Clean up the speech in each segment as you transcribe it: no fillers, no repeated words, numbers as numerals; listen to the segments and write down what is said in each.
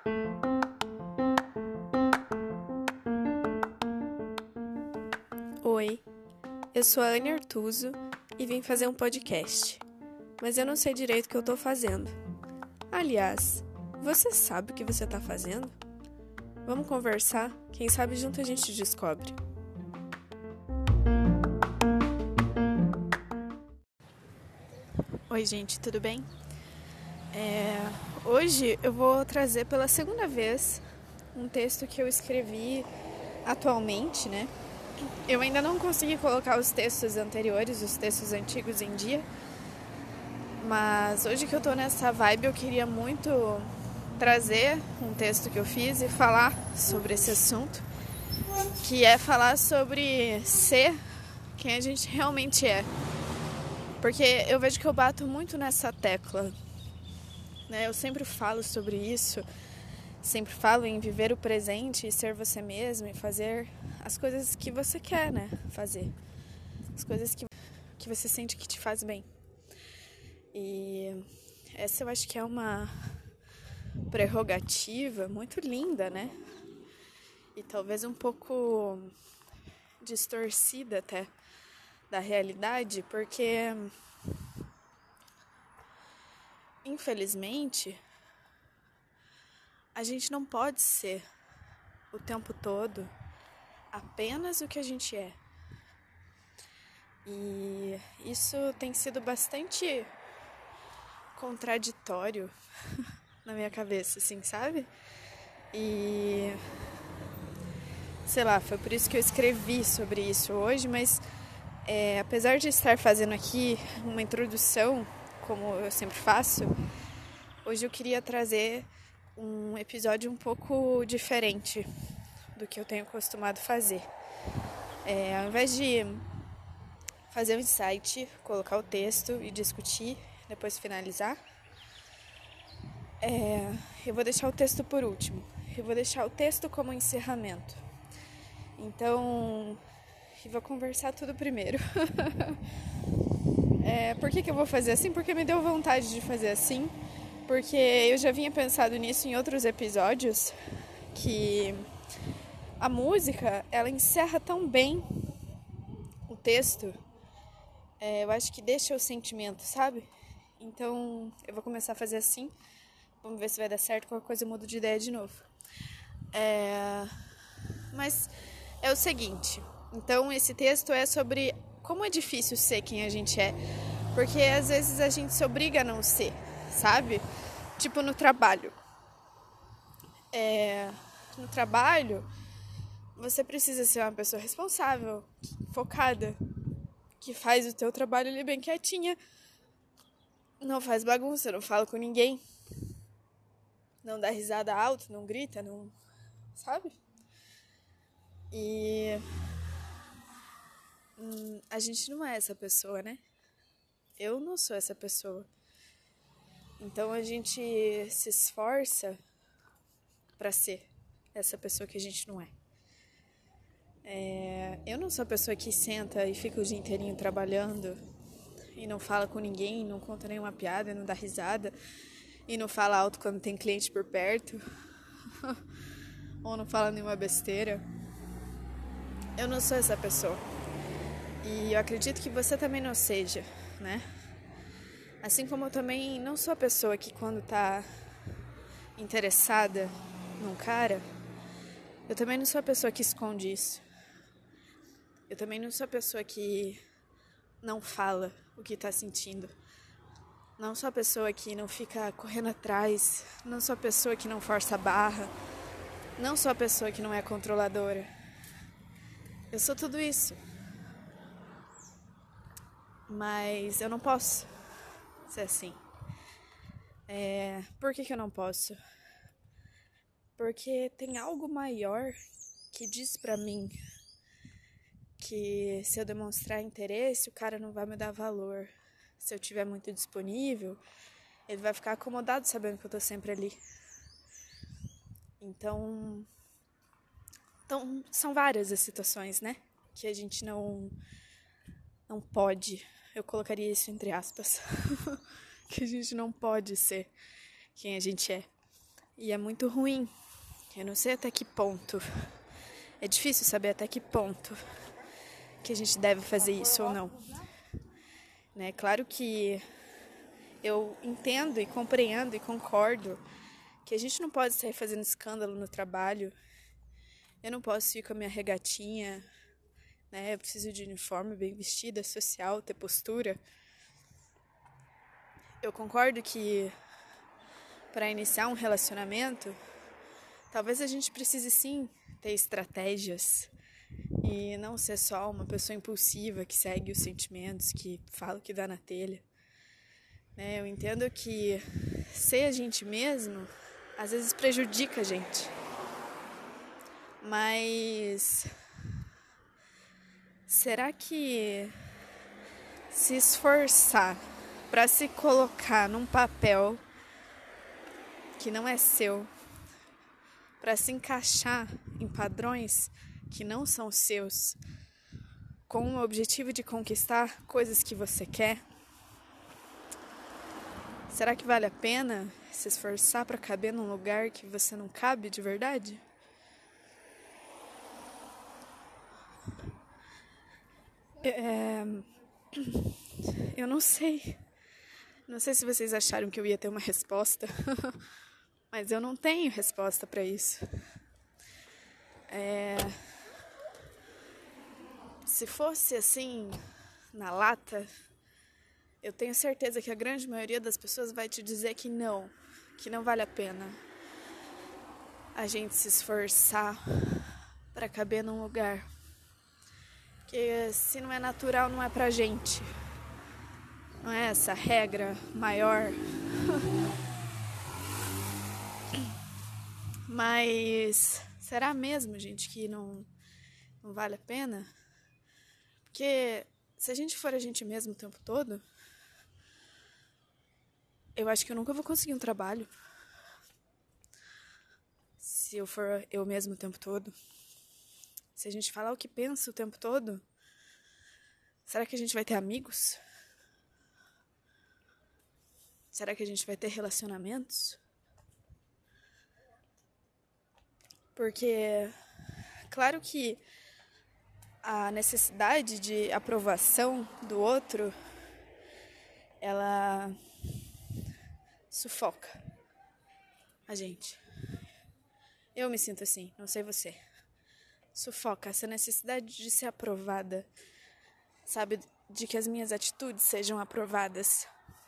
Oi, eu sou a Anne Artuso e vim fazer um podcast, mas eu não sei direito o que eu tô fazendo. Aliás, você sabe o que você tá fazendo? Vamos conversar? Quem sabe junto a gente descobre. Oi, gente, tudo bem? Hoje eu vou trazer pela segunda vez um texto que eu escrevi atualmente, né? Eu ainda não consegui colocar os textos anteriores, os textos antigos em dia, mas hoje que eu tô nessa vibe eu queria muito trazer um texto que eu fiz e falar sobre esse assunto, que é falar sobre ser quem a gente realmente é. Porque eu vejo que eu bato muito nessa tecla, né? Eu sempre falo sobre isso, sempre falo em viver o presente e ser você mesmo e fazer as coisas que você quer, né? Fazer. As coisas que você sente que te faz bem. E essa eu acho que é uma prerrogativa muito linda, né? E talvez um pouco distorcida até da realidade, porque infelizmente a gente não pode ser o tempo todo apenas o que a gente é. E isso tem sido bastante contraditório na minha cabeça, assim, sabe? E sei lá, foi por isso que eu escrevi sobre isso hoje, mas apesar de estar fazendo aqui uma introdução, como eu sempre faço, hoje eu queria trazer um episódio um pouco diferente do que eu tenho costumado fazer. Ao invés de fazer um insight, colocar o texto e discutir, depois finalizar, eu vou deixar o texto por último. Eu vou deixar o texto como encerramento. Então, eu vou conversar tudo primeiro. Por que eu vou fazer assim? Porque me deu vontade de fazer assim. Porque eu já vinha pensado nisso em outros episódios, que a música, ela encerra tão bem o texto. Eu acho que deixa o sentimento, sabe? Então, eu vou começar a fazer assim. Vamos ver se vai dar certo. Qualquer coisa eu mudo de ideia de novo. Mas é o seguinte. Então, esse texto é sobre como é difícil ser quem a gente é. Porque às vezes a gente se obriga a não ser, sabe? Tipo no trabalho. No trabalho, você precisa ser uma pessoa responsável, focada, que faz o teu trabalho ali bem quietinha. Não faz bagunça, não fala com ninguém. Não dá risada alto, não grita, não... Sabe? E... a gente não é essa pessoa, né? Eu não sou essa pessoa. Então a gente se esforça pra ser essa pessoa que a gente não é. Eu não sou a pessoa que senta e fica o dia inteirinho trabalhando e não fala com ninguém, não conta nenhuma piada, não dá risada e não fala alto quando tem cliente por perto ou não fala nenhuma besteira. Eu não sou essa pessoa. E eu acredito que você também não seja, né? Assim como eu também não sou a pessoa que quando tá interessada num cara, eu também não sou a pessoa que esconde isso. Eu também não sou a pessoa que não fala o que tá sentindo. Não sou a pessoa que não fica correndo atrás. Não sou a pessoa que não força a barra. Não sou a pessoa que não é controladora. Eu sou tudo isso. Mas eu não posso ser assim. Por que eu não posso? Porque tem algo maior que diz pra mim que se eu demonstrar interesse, o cara não vai me dar valor. Se eu estiver muito disponível, ele vai ficar acomodado sabendo que eu tô sempre ali. Então são várias as situações, né? Que a gente não pode, eu colocaria isso entre aspas, que a gente não pode ser quem a gente é. E é muito ruim. Eu não sei até que ponto. É difícil saber até que ponto que a gente deve fazer isso ou não. Né? Claro que eu entendo e compreendo e concordo que a gente não pode sair fazendo escândalo no trabalho. Eu não posso ir com a minha regatinha, né? Eu preciso de uniforme, bem vestida, social, ter postura. Eu concordo que para iniciar um relacionamento, talvez a gente precise sim ter estratégias e não ser só uma pessoa impulsiva que segue os sentimentos, que fala o que dá na telha. Né? Eu entendo que ser a gente mesmo às vezes prejudica a gente. Mas será que se esforçar para se colocar num papel que não é seu, para se encaixar em padrões que não são seus, com o objetivo de conquistar coisas que você quer, será que vale a pena se esforçar para caber num lugar que você não cabe de verdade? Eu não sei. Não sei se vocês acharam que eu ia ter uma resposta, mas eu não tenho resposta para isso. Se fosse assim, na lata, eu tenho certeza que a grande maioria das pessoas vai te dizer que não vale a pena a gente se esforçar para caber num lugar. Porque se não é natural, não é pra gente. Não é essa regra maior. Mas será mesmo, gente, que não vale a pena? Porque se a gente for a gente mesmo o tempo todo, eu acho que eu nunca vou conseguir um trabalho. Se eu for eu mesmo o tempo todo. Se a gente falar o que pensa o tempo todo, será que a gente vai ter amigos? Será que a gente vai ter relacionamentos? Porque, claro que a necessidade de aprovação do outro, ela sufoca a gente. Eu me sinto assim, não sei você. Sufoca essa necessidade de ser aprovada, sabe? De que as minhas atitudes sejam aprovadas.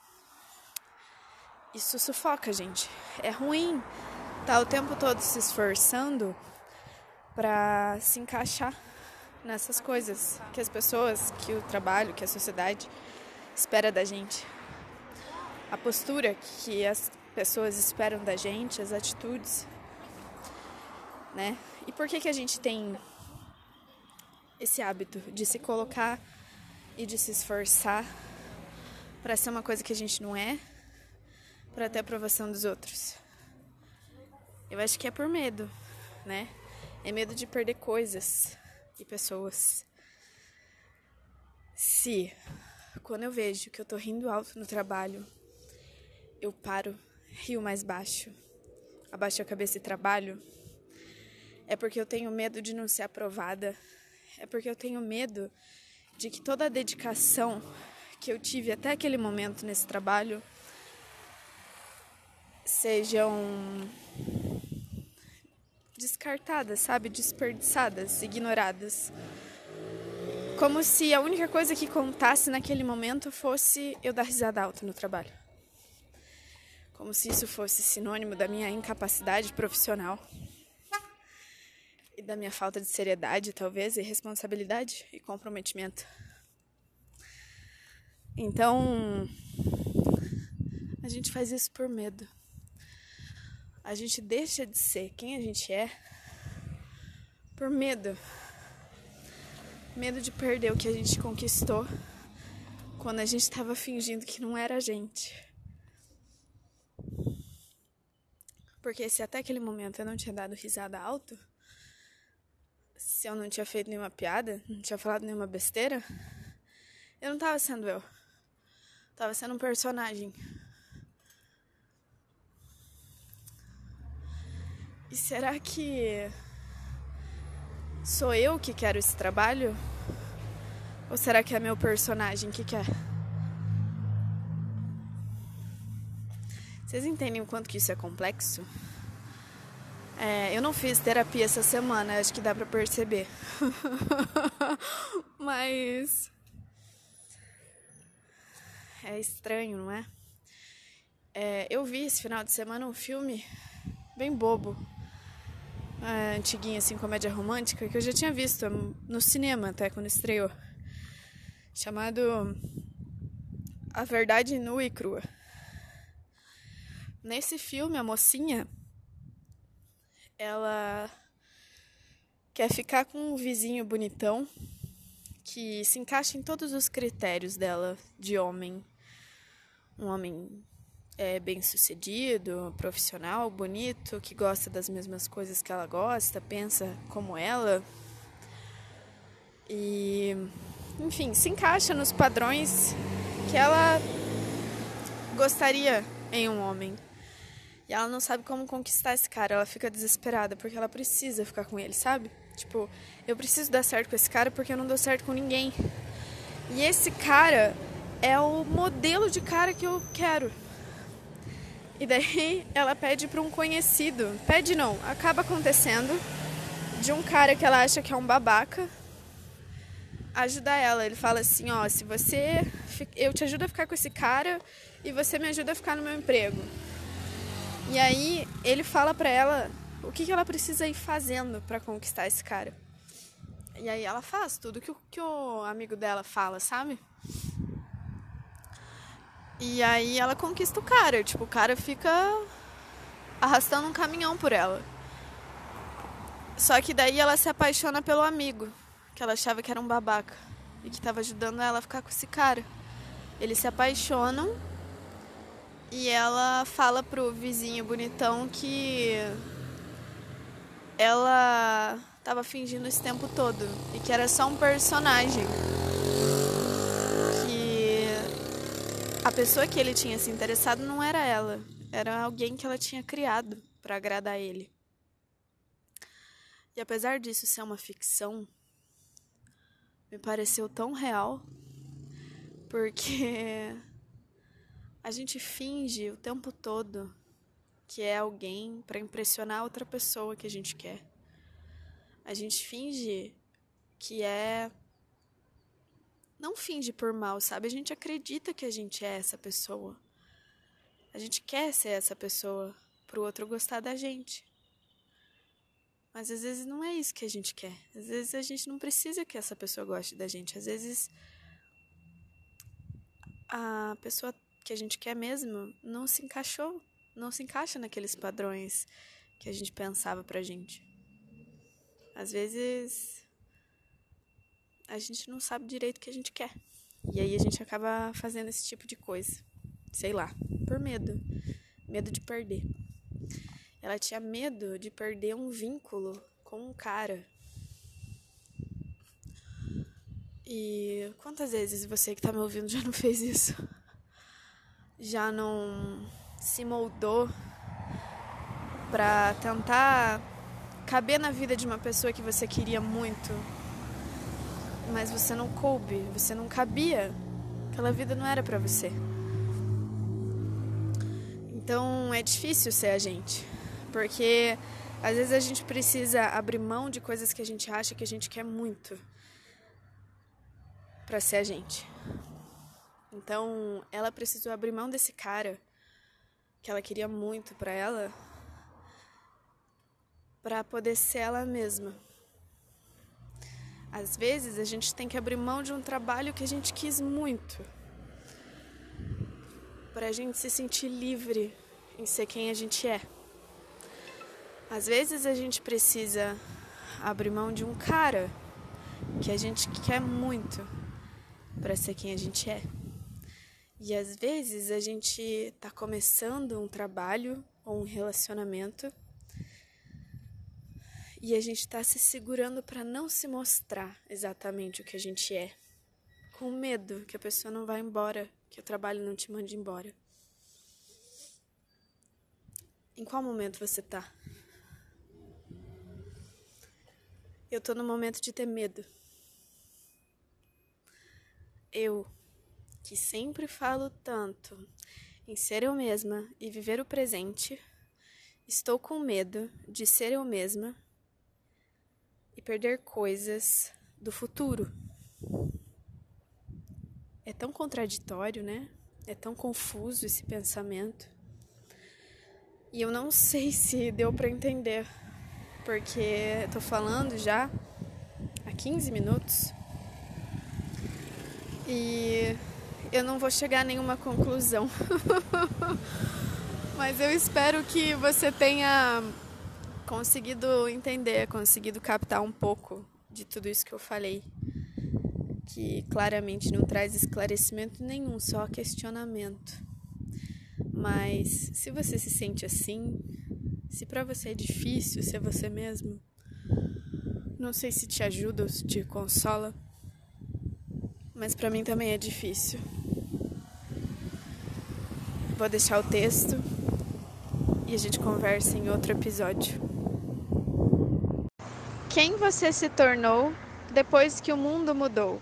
Isso sufoca, gente. É ruim estar o tempo todo se esforçando para se encaixar nessas coisas que as pessoas, que o trabalho, que a sociedade espera da gente. A postura que as pessoas esperam da gente, as atitudes, né? E por que a gente tem esse hábito de se colocar e de se esforçar para ser uma coisa que a gente não é, para ter a aprovação dos outros? Eu acho que é por medo, né? É medo de perder coisas e pessoas. Se, quando eu vejo que eu tô rindo alto no trabalho, eu paro, rio mais baixo, abaixo a cabeça e trabalho, é porque eu tenho medo de não ser aprovada. É porque eu tenho medo de que toda a dedicação que eu tive até aquele momento nesse trabalho sejam descartadas, sabe? Desperdiçadas, ignoradas. Como se a única coisa que contasse naquele momento fosse eu dar risada alta no trabalho. Como se isso fosse sinônimo da minha incapacidade profissional e da minha falta de seriedade, talvez, e responsabilidade e comprometimento. Então, a gente faz isso por medo. A gente deixa de ser quem a gente é por medo. Medo de perder o que a gente conquistou quando a gente estava fingindo que não era a gente. Porque se até aquele momento eu não tinha dado risada alto, se eu não tinha feito nenhuma piada, não tinha falado nenhuma besteira, eu não estava sendo eu. Estava sendo um personagem. E será que sou eu que quero esse trabalho? Ou será que é meu personagem que quer? Vocês entendem o quanto que isso é complexo? Eu não fiz terapia essa semana, acho que dá pra perceber. Mas é estranho, não é? Eu vi esse final de semana um filme bem bobo, antiguinho, assim, comédia romântica, que eu já tinha visto no cinema até quando estreou, chamado A Verdade Nua e Crua. Nesse filme, a mocinha, ela quer ficar com um vizinho bonitão que se encaixa em todos os critérios dela de homem. Um homem bem-sucedido, profissional, bonito, que gosta das mesmas coisas que ela gosta, pensa como ela. E, enfim, se encaixa nos padrões que ela gostaria em um homem. E ela não sabe como conquistar esse cara, ela fica desesperada porque ela precisa ficar com ele, sabe? Tipo, eu preciso dar certo com esse cara porque eu não dou certo com ninguém. E esse cara é o modelo de cara que eu quero. E daí ela pede pra um conhecido, pede não, acaba acontecendo, de um cara que ela acha que é um babaca, ajudar ela. Ele fala assim, ó, se você, eu te ajudo a ficar com esse cara e você me ajuda a ficar no meu emprego. E aí ele fala pra ela o que ela precisa ir fazendo pra conquistar esse cara. E aí ela faz tudo que o amigo dela fala, sabe? E aí ela conquista o cara, tipo, o cara fica arrastando um caminhão por ela. Só que daí ela se apaixona pelo amigo, que ela achava que era um babaca e que tava ajudando ela a ficar com esse cara. Eles se apaixonam e ela fala pro vizinho bonitão que ela tava fingindo esse tempo todo e que era só um personagem. Que a pessoa que ele tinha se interessado não era ela, era alguém que ela tinha criado pra agradar ele. E apesar disso ser uma ficção, me pareceu tão real, porque a gente finge o tempo todo que é alguém pra impressionar outra pessoa que a gente quer. A gente finge que é... Não finge por mal, sabe? A gente acredita que a gente é essa pessoa. A gente quer ser essa pessoa pro outro gostar da gente. Mas às vezes não é isso que a gente quer. Às vezes a gente não precisa que essa pessoa goste da gente. Às vezes a pessoa que a gente quer mesmo não se encaixou, não se encaixa naqueles padrões que a gente pensava pra gente. Às vezes a gente não sabe direito o que a gente quer. E aí a gente acaba fazendo esse tipo de coisa. Sei lá, por medo. Medo de perder. Ela tinha medo de perder um vínculo com um cara. E quantas vezes você que tá me ouvindo já não fez isso? Já não se moldou pra tentar caber na vida de uma pessoa que você queria muito, mas você não coube, você não cabia, aquela vida não era pra você. Então é difícil ser a gente, porque às vezes a gente precisa abrir mão de coisas que a gente acha que a gente quer muito pra ser a gente. Então ela precisou abrir mão desse cara que ela queria muito pra ela, pra poder ser ela mesma. Às vezes a gente tem que abrir mão de um trabalho que a gente quis muito, pra gente se sentir livre em ser quem a gente é. Às vezes a gente precisa abrir mão de um cara que a gente quer muito pra ser quem a gente é. E às vezes a gente tá começando um trabalho ou um relacionamento e a gente tá se segurando pra não se mostrar exatamente o que a gente é, com medo que a pessoa não vá embora, que o trabalho não te mande embora. Em qual momento você tá? Eu tô no momento de ter medo. Eu, que sempre falo tanto em ser eu mesma e viver o presente, estou com medo de ser eu mesma e perder coisas do futuro. É tão contraditório, né? É tão confuso esse pensamento. E eu não sei se deu pra entender, porque eu tô falando já há 15 minutos e eu não vou chegar a nenhuma conclusão. Mas eu espero que você tenha conseguido entender, conseguido captar um pouco de tudo isso que eu falei, que claramente não traz esclarecimento nenhum, só questionamento. Mas se você se sente assim, se pra você é difícil ser você mesmo, não sei se te ajuda ou se te consola, mas pra mim também é difícil. Vou deixar o texto e a gente conversa em outro episódio. Quem você se tornou depois que o mundo mudou?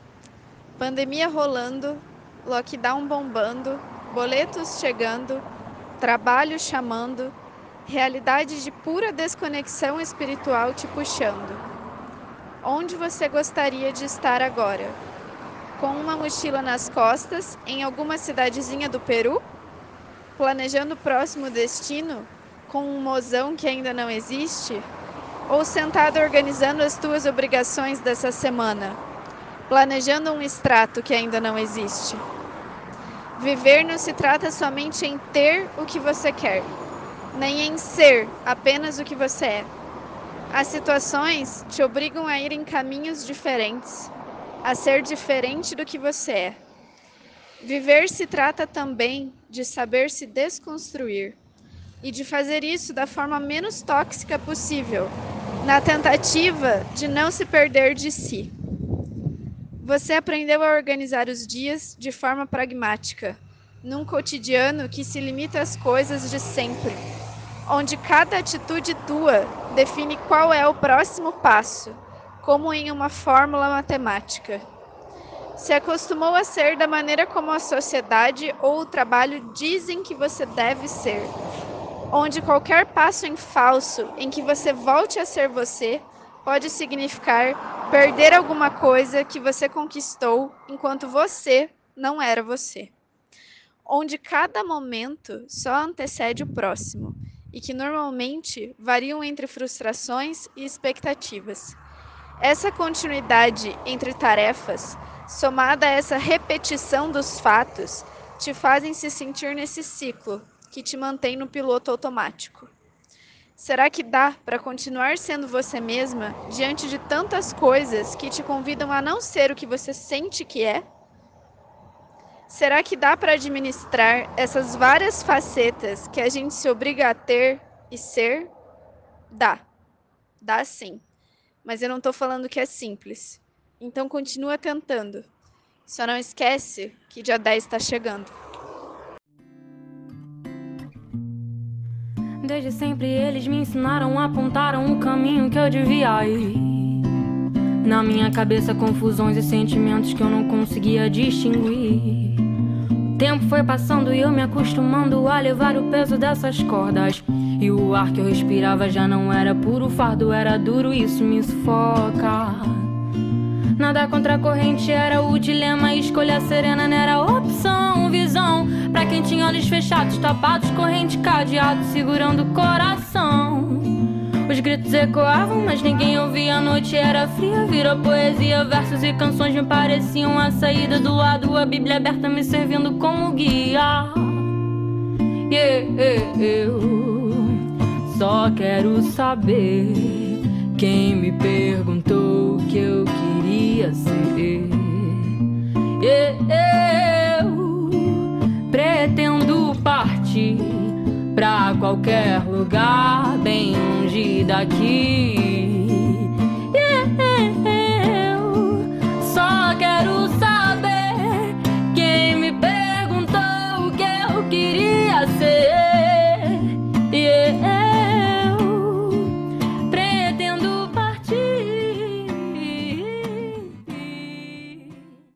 Pandemia rolando, lockdown bombando, boletos chegando, trabalho chamando, realidade de pura desconexão espiritual te puxando. Onde você gostaria de estar agora? Com uma mochila nas costas, em alguma cidadezinha do Peru? Planejando o próximo destino? Com um mozão que ainda não existe? Ou sentado organizando as tuas obrigações dessa semana? Planejando um extrato que ainda não existe? Viver não se trata somente em ter o que você quer, nem em ser apenas o que você é. As situações te obrigam a ir em caminhos diferentes, a ser diferente do que você é. Viver se trata também de saber se desconstruir e de fazer isso da forma menos tóxica possível, na tentativa de não se perder de si. Você aprendeu a organizar os dias de forma pragmática, num cotidiano que se limita às coisas de sempre, onde cada atitude tua define qual é o próximo passo, como em uma fórmula matemática. Se acostumou a ser da maneira como a sociedade ou o trabalho dizem que você deve ser, onde qualquer passo em falso em que você volte a ser você pode significar perder alguma coisa que você conquistou enquanto você não era você. Onde cada momento só antecede o próximo e que normalmente variam entre frustrações e expectativas. Essa continuidade entre tarefas, somada a essa repetição dos fatos, te fazem se sentir nesse ciclo que te mantém no piloto automático. Será que dá para continuar sendo você mesma diante de tantas coisas que te convidam a não ser o que você sente que é? Será que dá para administrar essas várias facetas que a gente se obriga a ter e ser? Dá. Dá sim. Mas eu não estou falando que é simples. Então continua tentando. Só não esquece que dia 10 está chegando. Desde sempre eles me ensinaram, apontaram o caminho que eu devia ir. Na minha cabeça confusões e sentimentos que eu não conseguia distinguir. O tempo foi passando e eu me acostumando a levar o peso dessas cordas. E o ar que eu respirava já não era puro fardo, era duro, isso me sufoca. Nada contra a corrente era o dilema, escolha serena não era opção. Visão pra quem tinha olhos fechados, tapados, corrente cadeado, segurando o coração. Os gritos ecoavam, mas ninguém ouvia, a noite era fria, virou poesia, versos e canções me pareciam a saída do lado, a Bíblia aberta me servindo como guia. Eu só quero saber quem me perguntou o que eu queria ser. Eu pretendo partir pra qualquer lugar bem longe daqui.